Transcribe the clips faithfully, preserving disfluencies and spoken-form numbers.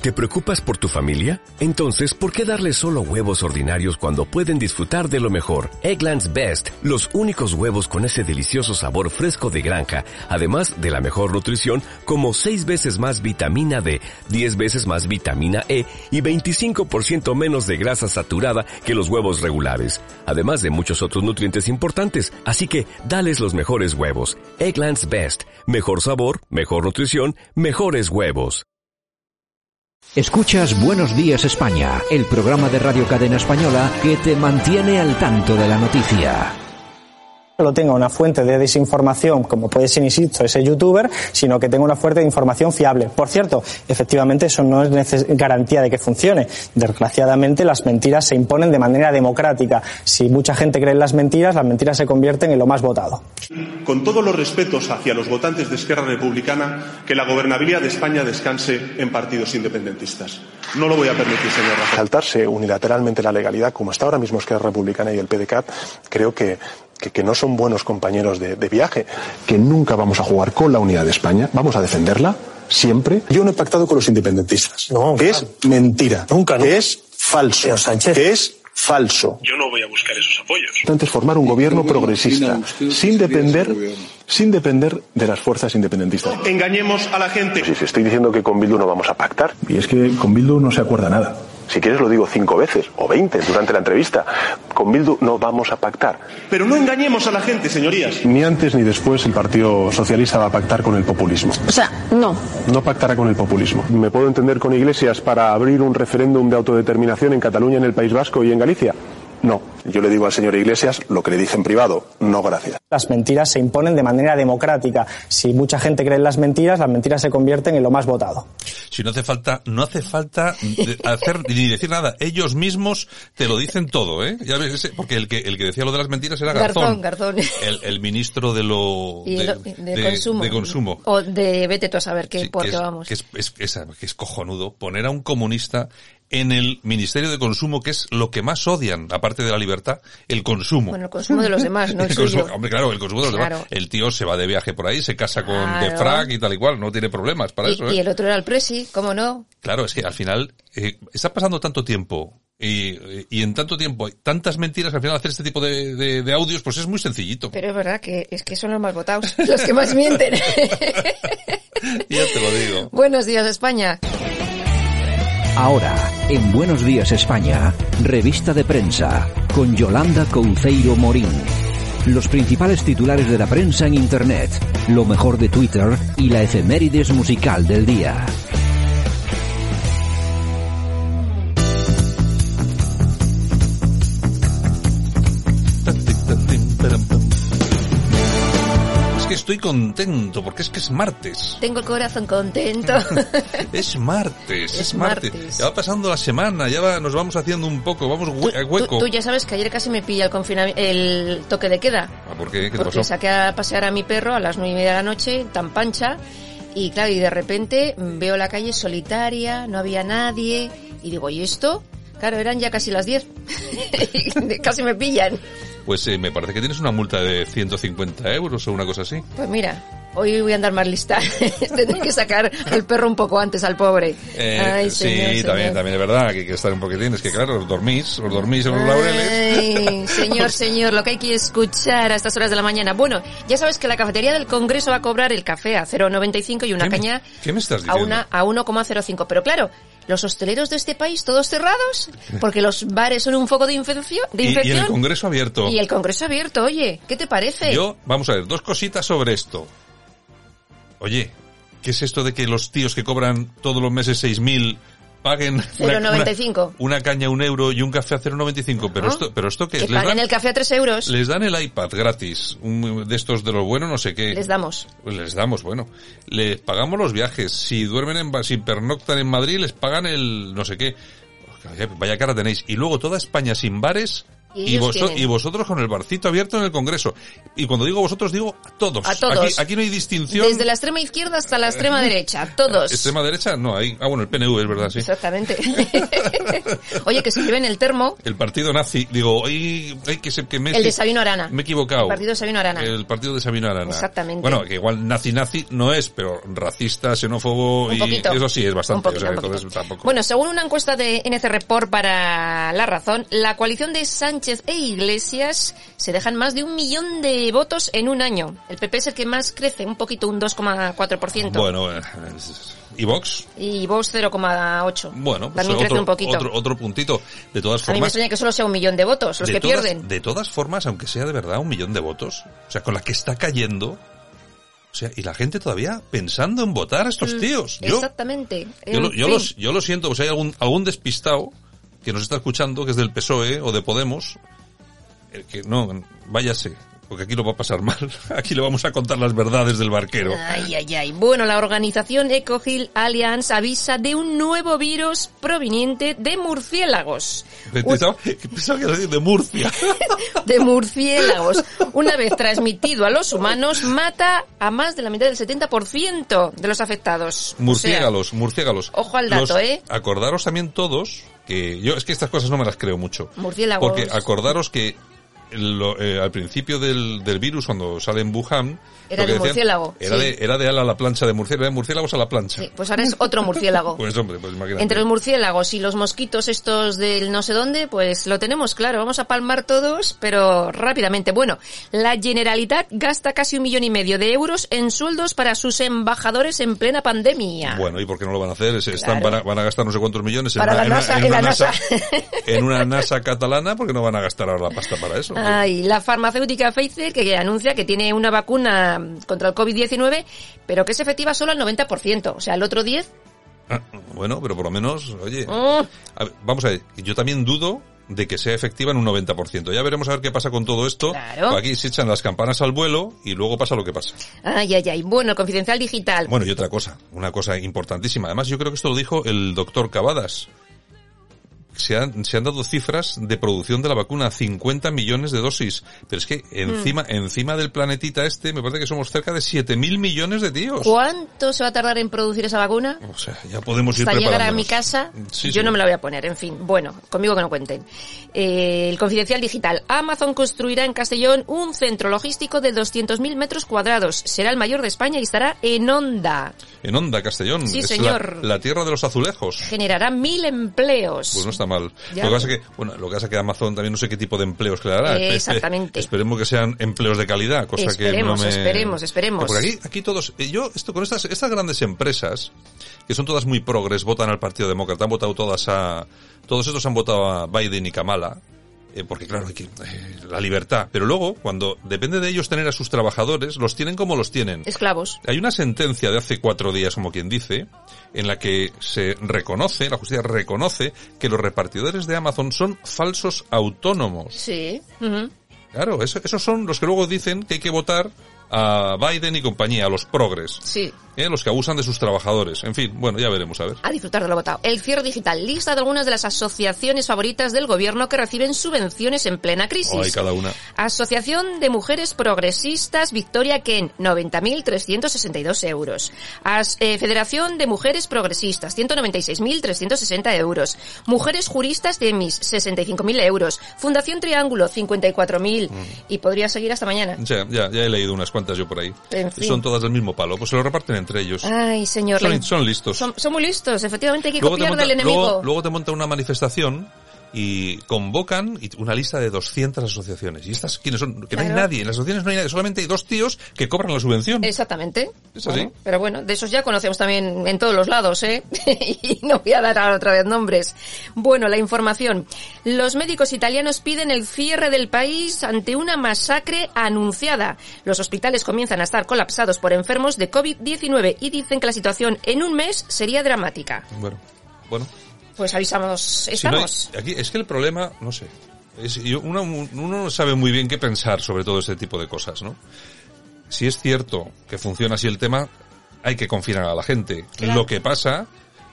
¿Te preocupas por tu familia? Entonces, ¿por qué darles solo huevos ordinarios cuando pueden disfrutar de lo mejor? Eggland's Best, los únicos huevos con ese delicioso sabor fresco de granja, además de la mejor nutrición, como seis veces más vitamina D, diez veces más vitamina E y veinticinco por ciento menos de grasa saturada que los huevos regulares, además de muchos otros nutrientes importantes. Así que, dales los mejores huevos. Eggland's Best, mejor sabor, mejor nutrición, mejores huevos. Escuchas Buenos Días España, el programa de Radio Cadena Española que te mantiene al tanto de la noticia. No tenga una fuente de desinformación, como puede ser, insisto, ese youtuber, sino que tenga una fuente de información fiable. Por cierto, efectivamente eso no es neces- garantía de que funcione. Desgraciadamente las mentiras se imponen de manera democrática. Si mucha gente cree en las mentiras, las mentiras se convierten en lo más votado. Con todos los respetos hacia los votantes de Esquerra Republicana, que la gobernabilidad de España descanse en partidos independentistas. No lo voy a permitir, señor Rajoy. Saltarse unilateralmente la legalidad, como está ahora mismo Esquerra Republicana y el P D C A T, creo que Que, que no son buenos compañeros de, de viaje, que nunca vamos a jugar con la unidad de España, vamos a defenderla siempre. Yo no he pactado con los independentistas, no, que claro. Es mentira, nunca, nunca. Que es falso, que es falso. Yo no voy a buscar esos apoyos. Lo importante es formar un gobierno progresista, sin depender, sin depender de las fuerzas independentistas. No engañemos a la gente. Si, si estoy diciendo que con Bildu no vamos a pactar, y es que con Bildu no se acuerda nada. Si quieres lo digo cinco veces, o veinte, durante la entrevista. Con Bildu no vamos a pactar. Pero no engañemos a la gente, señorías. Ni antes ni después el Partido Socialista va a pactar con el populismo. O sea, no. No pactará con el populismo. Me puedo entender con Iglesias para abrir un referéndum de autodeterminación en Cataluña, en el País Vasco y en Galicia. No, yo le digo al señor Iglesias lo que le dije en privado, no gracias. Las mentiras se imponen de manera democrática. Si mucha gente cree en las mentiras, las mentiras se convierten en lo más votado. Si no hace falta, no hace falta hacer ni decir nada. Ellos mismos te lo dicen todo, ¿eh? Ya ves, ese, porque el que el que decía lo de las mentiras era Garzón. Garzón, Garzón. El, el ministro de lo de, de, de, de, consumo. de consumo. O de vete tú a saber qué, sí, porque que es, vamos. Que es, es, es, que es cojonudo poner a un comunista en el Ministerio de Consumo, que es lo que más odian, aparte de la libertad, el consumo. Bueno, el consumo de los demás, no el, el consumo, suyo. Hombre, claro, el consumo de los claro. demás. El tío se va de viaje por ahí, se casa con claro. de frac y tal y cual, no tiene problemas para y, eso. ¿eh? Y el otro era el presi, ¿cómo no? Claro, es que al final eh, está pasando tanto tiempo y, y en tanto tiempo hay tantas mentiras que al final hacer este tipo de, de, de audios pues es muy sencillito. Pero es verdad que es que son los más votados, los que más mienten. Ya te lo digo. Buenos días, España. Ahora, en Buenos Días España, revista de prensa, con Yolanda Couceiro Morín. Los principales titulares de la prensa en Internet, lo mejor de Twitter y la efemérides musical del día. Estoy contento porque es que es martes. Tengo el corazón contento. Es martes, es, es martes. martes. Ya va pasando la semana, ya va, nos vamos haciendo un poco, vamos hue- tú, hueco. Tú, tú ya sabes que ayer casi me pilla el confinamiento, el toque de queda. ¿Ah, por qué? ¿Qué te porque pasó? saqué a pasear a mi perro a las nueve y media de la noche, tan pancha, y claro, y de repente veo la calle solitaria, no había nadie, y digo, ¿y esto? Claro, eran ya casi las diez. Casi me pillan. Pues eh, me parece que tienes una multa de ciento cincuenta euros o una cosa así. Pues mira, hoy voy a andar más lista. Tendré que sacar al perro un poco antes al pobre. Eh, Ay, sí, señor, también, señor. también es verdad que hay que estar un poquitín. Es que claro, os dormís, os dormís en los laureles. Ay, señor, señor, lo que hay que escuchar a estas horas de la mañana. Bueno, ya sabes que la cafetería del Congreso va a cobrar el café a cero coma noventa y cinco y una ¿Qué me, caña ¿qué me estás a diciendo? una a uno coma cero cinco. Pero claro, los hosteleros de este país todos cerrados porque los bares son un foco de infección. De y, infección y el Congreso abierto. Y el Congreso abierto, oye, ¿qué te parece? Yo, vamos a ver, dos cositas sobre esto. Oye, ¿qué es esto de que los tíos que cobran todos los meses seis mil paguen cero coma noventa y cinco? Una, una caña a un euro y un café a cero coma noventa y cinco? Pero ¿No? esto, pero esto qué es? Que ¿Les paguen dan, el café a tres euros. les dan el iPad gratis, un, de estos de los buenos, no sé qué. Les damos. Pues les damos, bueno. Les pagamos los viajes. Si duermen en, si pernoctan en Madrid, les pagan el no sé qué. Vaya cara tenéis. Y luego toda España sin bares Y, y, vos, tienen... y vosotros con el barcito abierto en el Congreso. Y cuando digo vosotros, digo a todos. A todos. Aquí, aquí no hay distinción. Desde la extrema izquierda hasta la extrema derecha, todos. ¿Extrema derecha? No, hay. Ah, bueno, el P N V, es verdad, sí. Exactamente. Oye, que se lleven el termo. El partido nazi. Digo, hay, hay que ser que me... El de Sabino Arana. Me he equivocado. El partido de Sabino Arana. El partido de Sabino Arana. Exactamente. Bueno, que igual nazi-nazi no es, pero racista, xenófobo un y poquito. eso sí es bastante. Un poquito, o sea, un entonces tampoco. Bueno, según una encuesta de N C Report para La Razón, la coalición de Sánchez e Iglesias se dejan más de un millón de votos en un año. El P P es el que más crece, un poquito, un dos coma cuatro por ciento. Bueno, ¿y Vox? Y Vox cero coma ocho. Bueno, pues también otro, crece un poquito. Otro, otro puntito. De todas formas... A mí me extraña que solo sea un millón de votos, los de que todas, pierden. De todas formas, aunque sea de verdad un millón de votos, o sea, con la que está cayendo... O sea, y la gente todavía pensando en votar a estos tíos. Yo, Exactamente. Yo, lo, yo, los, yo lo siento, pues hay algún, algún despistado que nos está escuchando, que es del P S O E o de Podemos, que no, váyase, porque aquí lo va a pasar mal. Aquí le vamos a contar las verdades del barquero. Ay, ay, ay. Bueno, la organización EcoHealth Alliance avisa de un nuevo virus proveniente de murciélagos. Pensaba, pensaba que era de Murcia. De murciélagos. Una vez transmitido a los humanos, mata a más de la mitad del setenta por ciento de los afectados. Murciélagos, o sea, murciélagos. Ojo al dato, los, ¿eh? Acordaros también todos que yo, es que estas cosas no me las creo mucho. Murciélagos. Porque acordaros que Lo, eh, al principio del, del virus, cuando sale en Wuhan... Era de murciélago. Era, sí. de, era de ala a la plancha de murciélago, de murciélagos a la plancha. Sí, pues ahora es otro murciélago. Pues hombre, pues imagínate. Entre los murciélagos y los mosquitos estos del no sé dónde, pues lo tenemos claro. Vamos a palmar todos, pero rápidamente. Bueno, la Generalitat gasta casi un millón y medio de euros en sueldos para sus embajadores en plena pandemia. Bueno, ¿y por qué no lo van a hacer? Están, Claro. van, a, van a gastar no sé cuántos millones en Para una, la NASA, en en una, la en una NASA. NASA, en una NASA catalana, porque no van a gastar ahora la pasta para eso. Ay, la farmacéutica Pfizer que anuncia que tiene una vacuna contra el covid diecinueve, pero que es efectiva solo al noventa por ciento. O sea, el otro diez... Ah, bueno, pero por lo menos, oye, Oh. a ver, vamos a ver, yo también dudo de que sea efectiva en un noventa por ciento. Ya veremos a ver qué pasa con todo esto. Claro. Aquí se echan las campanas al vuelo y luego pasa lo que pasa. Ay, ay, ay. Bueno, el Confidencial Digital. Bueno, y otra cosa, una cosa importantísima. Además, yo creo que esto lo dijo el doctor Cavadas. Se han, se han dado cifras de producción de la vacuna, cincuenta millones de dosis. Pero es que encima, mm. encima del planetita este, me parece que somos cerca de siete mil millones de tíos. ¿Cuánto se va a tardar en producir esa vacuna? O sea, ya podemos ir Hasta llegar a preparándonos. mi casa, Sí, yo sí. no me la voy a poner. En fin, bueno, conmigo que no cuenten. Eh, el Confidencial Digital. Amazon construirá en Castellón un centro logístico de doscientos mil metros cuadrados. Será el mayor de España y estará en Onda. En Onda, Castellón. Sí, es señor. La, la tierra de los azulejos. Generará mil empleos. Pues no está mal. Ya. Lo que pasa que, bueno, lo que pasa que Amazon también no sé qué tipo de empleos creará. Eh, exactamente. Esperemos que sean empleos de calidad, cosa Esperemos, que no me... esperemos, esperemos. Porque aquí, aquí todos, eh, yo, esto, con estas, estas grandes empresas, que son todas muy progres, votan al Partido Demócrata, han votado todas a, todos estos han votado a Biden y Kamala, eh, porque claro, hay que, eh, la libertad. Pero luego, cuando depende de ellos tener a sus trabajadores, los tienen como los tienen. Esclavos. Hay una sentencia de hace cuatro días, como quien dice, en la que se reconoce, la justicia reconoce, que los repartidores de Amazon son falsos autónomos. Sí. Uh-huh. Claro, eso, esos son los que luego dicen que hay que votar a Biden y compañía, a los progres. Sí. ¿Eh? Los que abusan de sus trabajadores. En fin, bueno, ya veremos, a ver. A disfrutar de lo votado. El Cierre Digital. Lista de algunas de las asociaciones favoritas del gobierno que reciben subvenciones en plena crisis. Oh, hay cada una. Asociación de Mujeres Progresistas Victoria Ken, noventa mil trescientos sesenta y dos euros. As, eh, Federación de Mujeres Progresistas, ciento noventa y seis mil trescientos sesenta euros. Mujeres Juristas de Emis, sesenta y cinco mil euros. Fundación Triángulo, cincuenta y cuatro mil. Mm. Y podría seguir hasta mañana. Ya, ya, ya he leído unas cuantas yo por ahí. En fin. Son todas del mismo palo. Pues se lo reparten entre ellos. Ay, señor. Son, son listos. Son, son muy listos. Efectivamente hay que luego copiar monta, del enemigo. Luego, luego te monta una manifestación y convocan una lista de doscientas asociaciones. ¿Y estas quiénes son? Que Claro. no hay nadie. En las asociaciones no hay nadie. Solamente hay dos tíos que cobran la subvención. Exactamente. Es así. Bueno, pero bueno, de esos ya conocemos también en todos los lados, ¿eh? Y no voy a dar ahora otra vez nombres. Bueno, la información. Los médicos italianos piden el cierre del país ante una masacre anunciada. Los hospitales comienzan a estar colapsados por enfermos de covid diecinueve y dicen que la situación en un mes sería dramática. Bueno, bueno. Pues avisamos, estamos. Si no hay, aquí es que el problema, no sé, es, yo, uno, uno no sabe muy bien qué pensar sobre todo este tipo de cosas, ¿no? Si es cierto que funciona así el tema, hay que confinar a la gente. Claro. Lo que pasa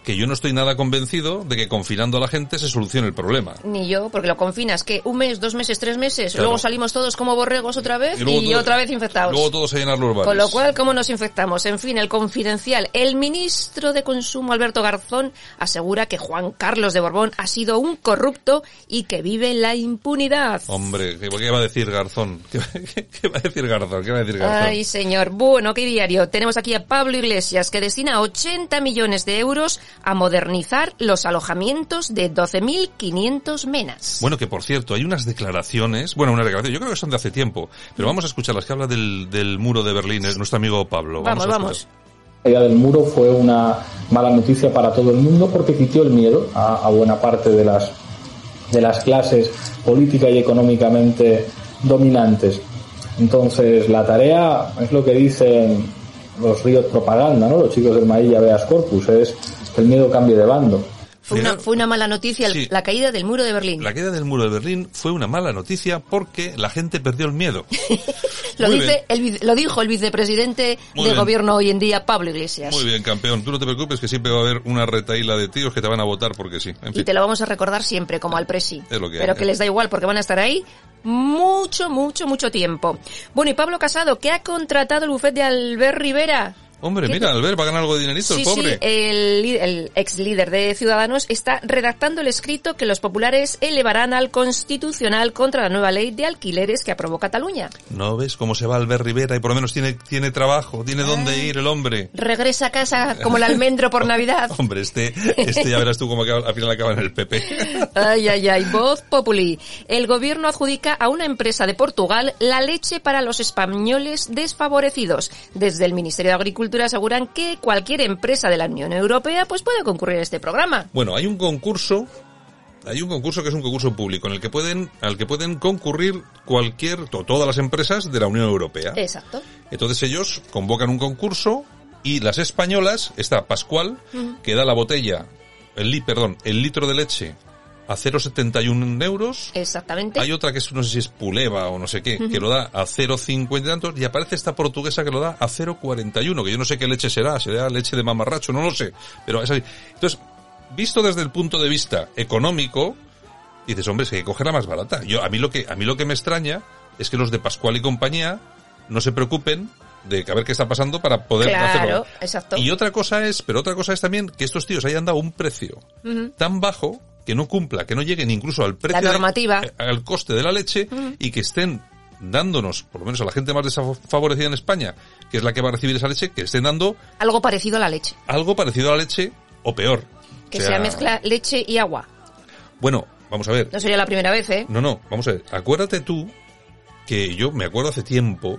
que yo no estoy nada convencido de que confinando a la gente se solucione el problema. Ni yo, porque lo confinas, que un mes, dos meses, tres meses, Claro. luego salimos todos como borregos otra vez Y y, luego todo- otra vez infectados. Luego todos a llenar los bares. Con lo cual, ¿cómo nos infectamos? En fin, el Confidencial. El ministro de Consumo, Alberto Garzón, asegura que Juan Carlos de Borbón ha sido un corrupto y que vive en la impunidad. Hombre, ¿qué, qué va a decir Garzón? ¿Qué, qué- qué va a decir Garzón? ¿Qué va a decir Garzón? Ay, señor. Bueno, ¿qué diario? Tenemos aquí a Pablo Iglesias, que destina ochenta millones de euros a modernizar los alojamientos de doce mil quinientos menas. Bueno, que por cierto, hay unas declaraciones, bueno, unas declaraciones, yo creo que son de hace tiempo, pero vamos a escuchar las que habla del, del muro de Berlín, es nuestro amigo Pablo. Vamos, a vamos. escuchar. La caída del muro fue una mala noticia para todo el mundo porque quitó el miedo a, a buena parte de las, de las clases política y económicamente dominantes. Entonces, la tarea es lo que dicen los ríos propaganda, ¿no? Los chicos del Mailla Habeas Corpus, es que el miedo cambie de bando. Fue una, fue una mala noticia el- Sí. la caída del muro de Berlín. La caída del muro de Berlín fue una mala noticia porque la gente perdió el miedo. Lo, Muy dice el, vice- lo dijo el vicepresidente Muy de bien. gobierno hoy en día, Pablo Iglesias. Muy bien, campeón. Tú no te preocupes que siempre va a haber una retaíla de tíos que te van a votar porque sí. En Y fin. te lo vamos a recordar siempre, como al presi. Es lo que hay, Pero que ¿eh? les da igual, porque van a estar ahí mucho, mucho, mucho tiempo. Bueno, y Pablo Casado, que ha contratado el bufete de Albert Rivera. Hombre, ¿Qué mira, te- Albert va a ganar algo de dinerito, Sí, el pobre. sí, el, li- el ex líder de Ciudadanos está redactando el escrito que los populares elevarán al Constitucional contra la nueva ley de alquileres que aprobó Cataluña. ¿No ves cómo se va Albert Rivera y por lo menos tiene, tiene trabajo, tiene dónde ir el hombre? Regresa a casa como el almendro por Navidad. Hombre, este, este ya verás tú cómo acaba- al final acaba en el P P. Ay, ay, ay, voz populi. El gobierno adjudica a una empresa de Portugal la leche para los españoles desfavorecidos. Desde el Ministerio de Agricultura aseguran que cualquier empresa de la Unión Europea pues puede concurrir a este programa. Bueno, hay un concurso, hay un concurso que es un concurso público en el que pueden, al que pueden concurrir cualquier, to- todas las empresas de la Unión Europea. Exacto. Entonces ellos convocan un concurso y las españolas, está Pascual, que da la botella, el li, perdón, el litro de leche a cero coma setenta y uno euros. Exactamente. Hay otra que es, no sé si es Puleva o no sé qué, que lo da a cero coma cincuenta y tantos, y aparece esta portuguesa que lo da a cero coma cuarenta y uno, que yo no sé qué leche será, será leche de mamarracho, no lo sé, pero es así. Entonces, visto desde el punto de vista económico, dices, hombre, es que hay que coger la más barata. Yo, a mí lo que, a mí lo que me extraña es que los de Pascual y compañía no se preocupen de a ver qué está pasando para poder Claro, hacerlo. exacto. Y otra cosa es, pero otra cosa es también que estos tíos hayan dado un precio tan bajo que no cumpla, que no lleguen incluso al precio, La normativa. de- eh, al coste de la leche y que estén dándonos, por lo menos a la gente más desfavorecida en España, que es la que va a recibir esa leche, que estén dando Algo parecido a la leche. algo parecido a la leche o peor. Que O sea, sea mezcla leche y agua. Bueno, vamos a ver. No sería la primera vez, ¿eh? No, no, vamos a ver. Acuérdate tú que yo me acuerdo hace tiempo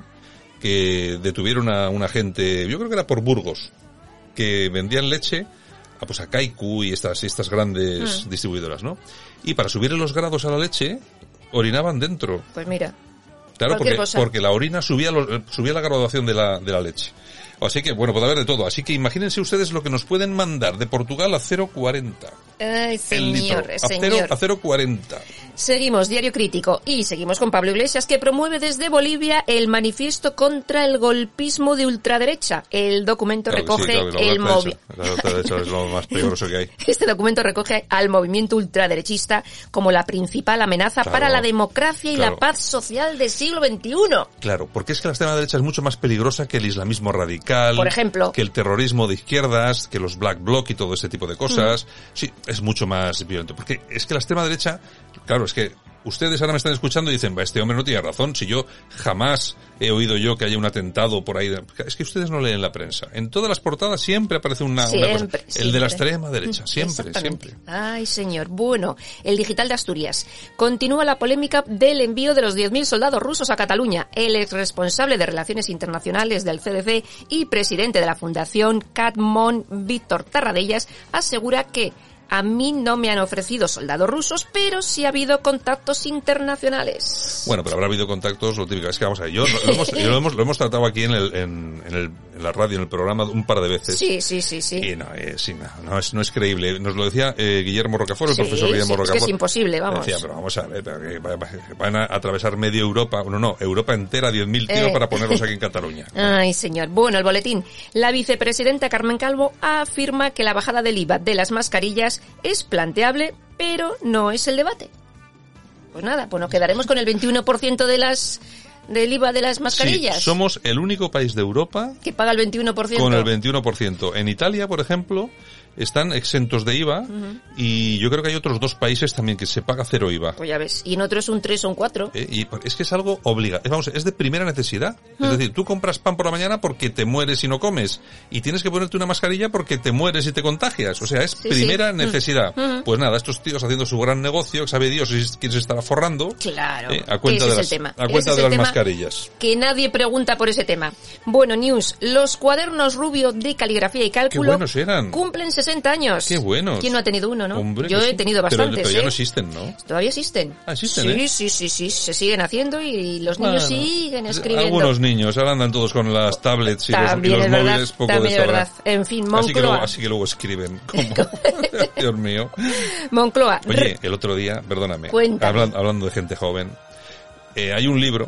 que detuvieron a una gente, yo creo que era por Burgos, que vendían leche a, pues a Kaiku y estas, estas grandes Mm. distribuidoras, ¿no? Y para subirle los grados a la leche, orinaban dentro. Pues mira. Claro, Cualquier porque, cosa. porque la orina subía, los- subía la graduación de la, de la leche. Así que, bueno, puede haber de todo. Así que imagínense ustedes lo que nos pueden mandar de Portugal a cero coma cuarenta. Ay, El litro. señor, A señor. cero, a cero coma cuarenta. Seguimos, Diario Crítico, y seguimos con Pablo Iglesias, que promueve desde Bolivia el manifiesto contra el golpismo de ultraderecha. El documento Claro que sí, recoge claro que la el ultraderecha- movimiento. La ultraderecha es lo más peligroso que hay. Este documento recoge al movimiento ultraderechista como la principal amenaza Claro, para la democracia y claro. la paz social del siglo veintiuno. Claro, porque es que la extrema derecha es mucho más peligrosa que el islamismo radical, Por ejemplo. que el terrorismo de izquierdas, que los black bloc y todo ese tipo de cosas. Sí, es mucho más violento. Porque es que la extrema derecha, claro, es que ustedes ahora me están escuchando y dicen, va, este hombre no tiene razón, si yo jamás he oído yo que haya un atentado por ahí. de-". Es que ustedes no leen la prensa. En todas las portadas siempre aparece una, una Siempre, cosa. El de la siempre. extrema derecha, siempre, Exactamente. siempre. Ay, señor. Bueno, el Digital de Asturias. Continúa la polémica del envío de los diez mil soldados rusos a Cataluña. El ex responsable de Relaciones Internacionales del C D C y presidente de la Fundación Catmon, Víctor Tarradellas, asegura que A mí no me han ofrecido soldados rusos, pero sí ha habido contactos internacionales. Bueno, pero habrá habido contactos, lo típico. Es que vamos a ver, yo lo, lo, hemos, yo lo, hemos, lo hemos tratado aquí en, el, en, en, el, en la radio, en el programa, un par de veces. Sí, sí, sí, sí. Y no, eh, sí, no, no, es, no es creíble. Nos lo decía eh, Guillermo Rocafort, el sí, profesor Guillermo sí, Rocafort. Es que es imposible, vamos. Decía, pero vamos a ver, pero que van a atravesar medio Europa, no, no, Europa entera, diez mil tíos Eh. para ponerlos aquí en Cataluña. Ay, señor. Bueno, el boletín. La vicepresidenta Carmen Calvo afirma que la bajada del I V A de las mascarillas es planteable, pero no es el debate. Pues nada, pues nos quedaremos con el veintiuno por ciento de las del I V A de las mascarillas. Sí, somos el único país de Europa que paga el veintiuno por ciento. Con el veintiuno por ciento. En Italia, por ejemplo, están exentos de I V A uh-huh. y yo creo que hay otros dos países también que se paga cero I V A. Pues ya ves, y en otros un tres o un cuatro. Eh, y es que es algo obligatorio, vamos, es de primera necesidad. Uh-huh. Es decir, tú compras pan por la mañana porque te mueres si no comes y tienes que ponerte una mascarilla porque te mueres y te contagias. O sea, es sí, primera sí. necesidad. Uh-huh. Pues nada, estos tíos haciendo su gran negocio, sabe Dios quién se estará forrando. Claro. Eh, a cuenta ese de es las, el tema. A cuenta ese de es las mascarillas. Que nadie pregunta por ese tema. Bueno, news, los cuadernos Rubio de caligrafía y cálculo Qué buenos eran. Cumplen sesenta años. Qué buenos. ¿Quién no ha tenido uno, no? Hombre, yo he sí. tenido bastantes, pero, pero ya ¿eh? no existen, ¿no? Todavía existen. Ah, existen, sí, ¿eh? Sí, sí, sí, se siguen haciendo y los niños bueno, siguen escribiendo. Algunos niños, ahora andan todos con las tablets y también los, y los es móviles verdad, poco también de es verdad. En fin, Moncloa. Así que luego, así que luego escriben. Como... Dios mío. Moncloa. Oye, el otro día, perdóname, hablando, hablando de gente joven, eh, hay un libro...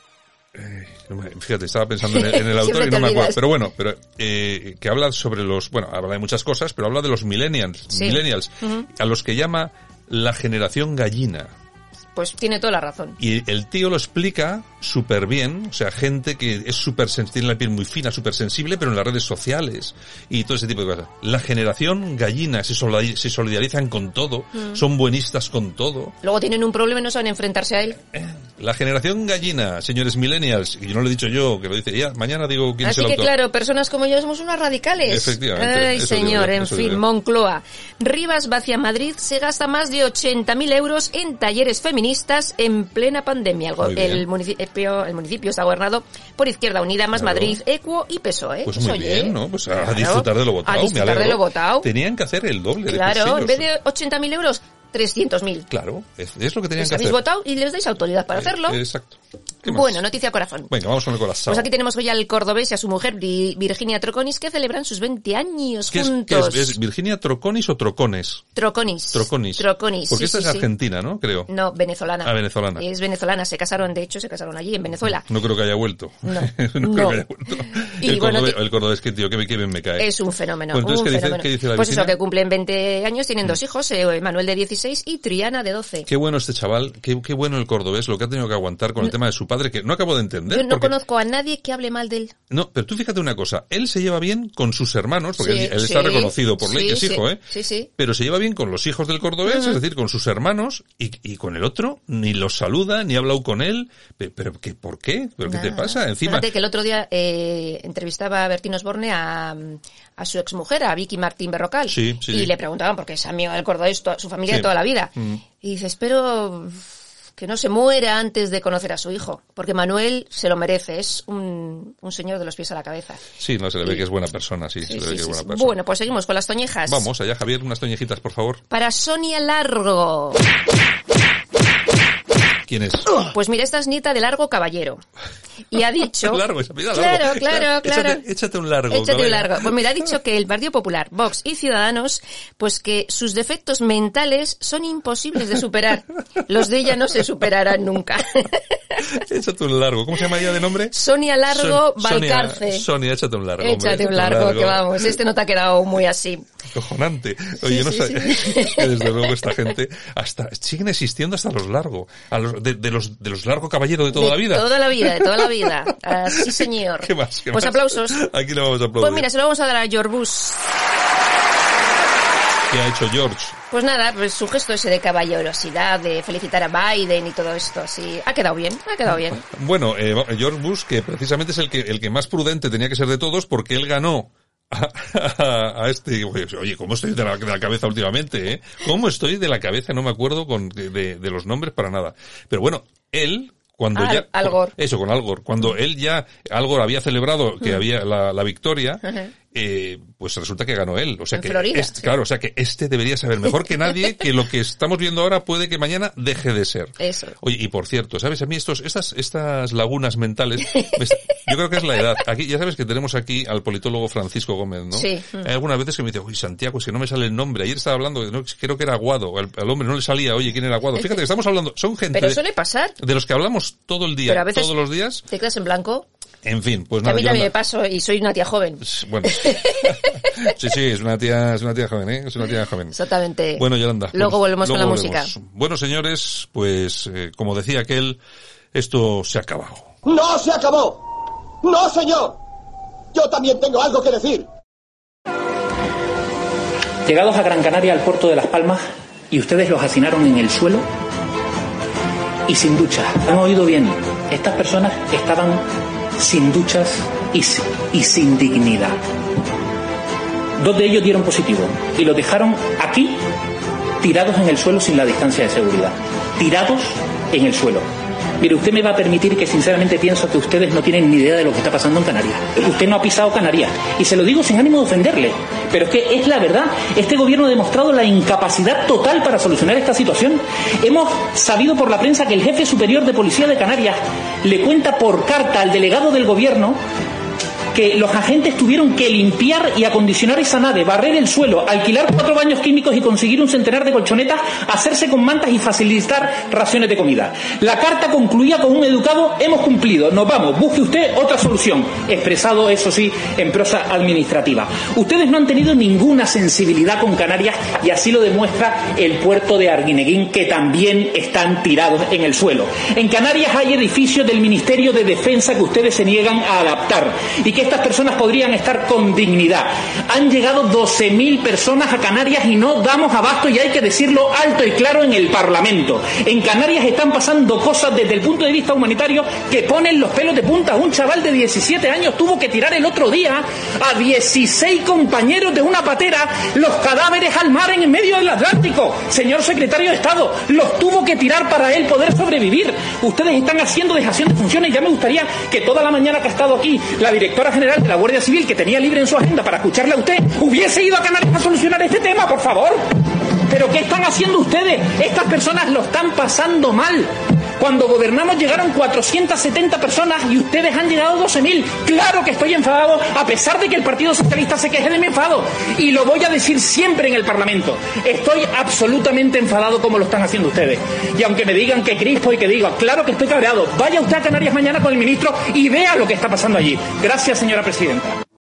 Eh, fíjate, estaba pensando en el, en el autor y no me acuerdo. Pero bueno, pero eh, que habla sobre los... Bueno, habla de muchas cosas, pero habla de los millennials, sí. millennials uh-huh. a los que llama la generación gallina. Pues tiene toda la razón. Y el tío lo explica súper bien, o sea, gente que es súper sensible, tiene la piel muy fina, súper sensible, pero en las redes sociales y todo ese tipo de cosas. La generación gallina se, solidar, se solidarizan con todo, mm. son buenistas con todo. Luego tienen un problema y no saben enfrentarse a él. Eh, la generación gallina, señores millennials, y no lo he dicho yo, que lo dice ella, mañana digo quién Así es el que autor. claro, personas como yo somos unas radicales. Efectivamente. Ay, señor, yo, en fin, digo. Moncloa. Rivas Vacia Madrid se gasta más de ochenta mil euros en talleres feministas en plena pandemia. El, el, municipio, el municipio está gobernado por Izquierda Unida, Más claro. Madrid, Equo y P S O E. Pues muy Oye, bien, ¿no? Pues a claro, disfrutar de lo votado. A disfrutar de lo votado. Tenían que hacer el doble claro, de Claro, en vez de ochenta mil euros, trescientos mil. Claro, es, es lo que tenían pues que habéis hacer. votado y les dais autoridad para eh, hacerlo. Exacto. Bueno, noticia corazón. Venga, vamos con el corazón. Pues aquí tenemos hoy al cordobés y a su mujer Virginia Troconis que celebran sus veinte años ¿Qué juntos. Es, ¿qué es, ¿Es Virginia Troconis o Trocones? Troconis. Troconis. Troconis. Porque sí, esta sí, es sí. argentina, ¿no? Creo. No, venezolana. Ah, venezolana. Es venezolana. Se casaron, de hecho, se casaron allí, en Venezuela. No creo que haya vuelto. No. no, no. creo que haya vuelto. Y el, bueno, cordobés, el cordobés, que tío, que bien me cae. Es un fenómeno. Pues entonces, un ¿qué, fenómeno. Dice, ¿qué dice la Pues Virginia? eso, que cumplen veinte años, tienen dos hijos, eh, Manuel de dieciséis y Triana de doce. Qué bueno este chaval, qué, qué bueno el cordobés, lo que ha tenido que aguantar con el tema de su padre, que no acabo de entender. Yo no porque... conozco a nadie que hable mal de él. No, pero tú fíjate una cosa, él se lleva bien con sus hermanos, porque sí, él, él sí, está reconocido por ley sí, que es sí, hijo, ¿eh? Sí, sí. Pero se lleva bien con los hijos del cordobés, uh-huh. es decir, con sus hermanos, y, y con el otro ni los saluda, ni ha hablado con él. Pero, pero ¿qué, ¿por qué? ¿Pero Nada. qué te pasa? Encima... Fíjate que el otro día eh, entrevistaba a Bertín Osborne a, a su exmujer, a Vicky Martín Berrocal, sí, sí, y sí. le preguntaban, porque es amigo del cordobés, to- su familia sí. de toda la vida, uh-huh. y dice, espero... que no se muera antes de conocer a su hijo, porque Manuel se lo merece, es un, un señor de los pies a la cabeza. Sí, no, se le ve y... que es buena persona, sí, sí, se le sí, ve que sí, es buena sí. persona. Bueno, pues seguimos con las toñejas. Vamos allá, Javier, unas toñejitas, por favor. Para Sonia Largo. ¿Quién es? Pues mira, esta es nieta de Largo Caballero. Y ha dicho... largo, esa vida claro, largo. claro, claro. Échate, échate un largo. Échate caballero. un largo. Pues mira, ha dicho que el Partido Popular, Vox y Ciudadanos, pues que sus defectos mentales son imposibles de superar. Los de ella no se superarán nunca. Échate un largo. ¿Cómo se llama ella de nombre? Sonia Largo Son, Valcarce. Sonia, Sonia, échate un largo. Échate hombre, un largo, largo, que vamos, este no te ha quedado muy así. Cojonante. Oye, sí, no sí, sabía sí. que desde luego esta gente hasta siguen existiendo hasta los largos, a los de, de los de los largo caballeros de toda de la vida. Toda la vida, de toda la vida. Así, señor. ¿Qué más? ¿Qué pues más? aplausos. Aquí le vamos a aplaudir. Pues mira, se lo vamos a dar a George Bush. ¿Qué ha hecho George? Pues nada, pues su gesto ese de caballerosidad, de felicitar a Biden y todo esto, así, ha quedado bien, ha quedado bien. Bueno, eh, George Bush, que precisamente es el que el que más prudente tenía que ser de todos, porque él ganó a, a, a este, oye, ¿cómo estoy de la, de la cabeza últimamente, eh? ¿Cómo estoy de la cabeza? No me acuerdo con de, de los nombres para nada. Pero bueno, él... Cuando Al, ya, Al Gore. Eso, con Al Gore. Cuando él ya, Al Gore había celebrado que uh-huh. había la, la victoria, uh-huh. Eh, pues resulta que ganó él. O sea en que Florida, este, sí. claro, o sea que este debería saber mejor que nadie que lo que estamos viendo ahora puede que mañana deje de ser. Eso. Oye, y por cierto, ¿sabes? A mí estos, estas, estas lagunas mentales, me, yo creo que es la edad. Aquí, ya sabes que tenemos aquí al politólogo Francisco Gómez, ¿no? Sí. Hay algunas veces que me dice, uy, Santiago, es que no me sale el nombre. Ayer estaba hablando, no, creo que era Aguado. Al, al hombre no le salía, oye, ¿quién era Aguado? Fíjate que estamos hablando, son gente Pero de, suele pasar. de los que hablamos todo el día, Pero a veces todos los días. te quedas en blanco. En fin, pues Que a nada. mí yo también anda- me paso y soy una tía joven. Bueno, sí, sí, es una tía, es una tía joven, ¿eh? Es una tía joven. Exactamente. Bueno, Yolanda. Luego pues, volvemos con la volvemos. música. Bueno, señores, pues, eh, como decía aquel, esto se ha acabado. ¡No se acabó! ¡No, señor! Yo también tengo algo que decir. Llegados a Gran Canaria, al puerto de Las Palmas, y ustedes los hacinaron en el suelo y sin ducha. Han oído bien, estas personas estaban sin duchas y, y sin dignidad. Dos de ellos dieron positivo y los dejaron aquí, tirados en el suelo sin la distancia de seguridad. Tirados en el suelo. Mire, usted me va a permitir que sinceramente pienso que ustedes no tienen ni idea de lo que está pasando en Canarias. Usted no ha pisado Canarias. Y se lo digo sin ánimo de ofenderle. Pero es que es la verdad. Este gobierno ha demostrado la incapacidad total para solucionar esta situación. Hemos sabido por la prensa que el jefe superior de policía de Canarias le cuenta por carta al delegado del gobierno que los agentes tuvieron que limpiar y acondicionar esa nave, barrer el suelo, alquilar cuatro baños químicos y conseguir un centenar de colchonetas, hacerse con mantas y facilitar raciones de comida. La carta concluía con un educado: hemos cumplido, nos vamos, busque usted otra solución. Expresado, eso sí, en prosa administrativa. Ustedes no han tenido ninguna sensibilidad con Canarias y así lo demuestra el puerto de Arguineguín, que también están tirados en el suelo. En Canarias hay edificios del Ministerio de Defensa que ustedes se niegan a adaptar y que estas personas podrían estar con dignidad. Han llegado doce mil personas a Canarias y no damos abasto, y hay que decirlo alto y claro en el Parlamento. En Canarias están pasando cosas desde el punto de vista humanitario que ponen los pelos de punta. Un chaval de diecisiete años tuvo que tirar el otro día a dieciséis compañeros de una patera los cadáveres al mar en medio del Atlántico. Señor secretario de Estado, los tuvo que tirar para él poder sobrevivir. Ustedes están haciendo dejación de funciones. Ya me gustaría que toda la mañana que ha estado aquí la directora general de la Guardia Civil, que tenía libre en su agenda para escucharle a usted, hubiese ido a Canarias a solucionar este tema, por favor. ¿Pero qué están haciendo ustedes? Estas personas lo están pasando mal. Cuando gobernamos llegaron cuatrocientas setenta personas y ustedes han llegado doce mil. Claro que estoy enfadado, a pesar de que el Partido Socialista se queje de mi enfado. Y lo voy a decir siempre en el Parlamento. Estoy absolutamente enfadado como lo están haciendo ustedes. Y aunque me digan que crispo y que diga, claro que estoy cabreado, vaya usted a Canarias mañana con el ministro y vea lo que está pasando allí. Gracias, señora presidenta.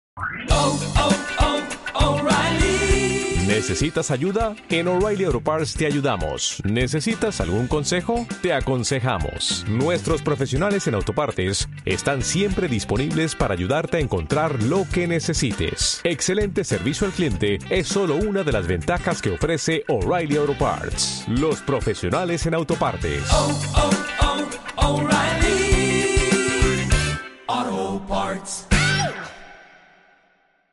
¿Necesitas ayuda? En O'Reilly Auto Parts te ayudamos. ¿Necesitas algún consejo? Te aconsejamos. Nuestros profesionales en autopartes están siempre disponibles para ayudarte a encontrar lo que necesites. Excelente servicio al cliente es solo una de las ventajas que ofrece O'Reilly Auto Parts. Los profesionales en autopartes. Oh, oh, oh, O'Reilly Auto Parts.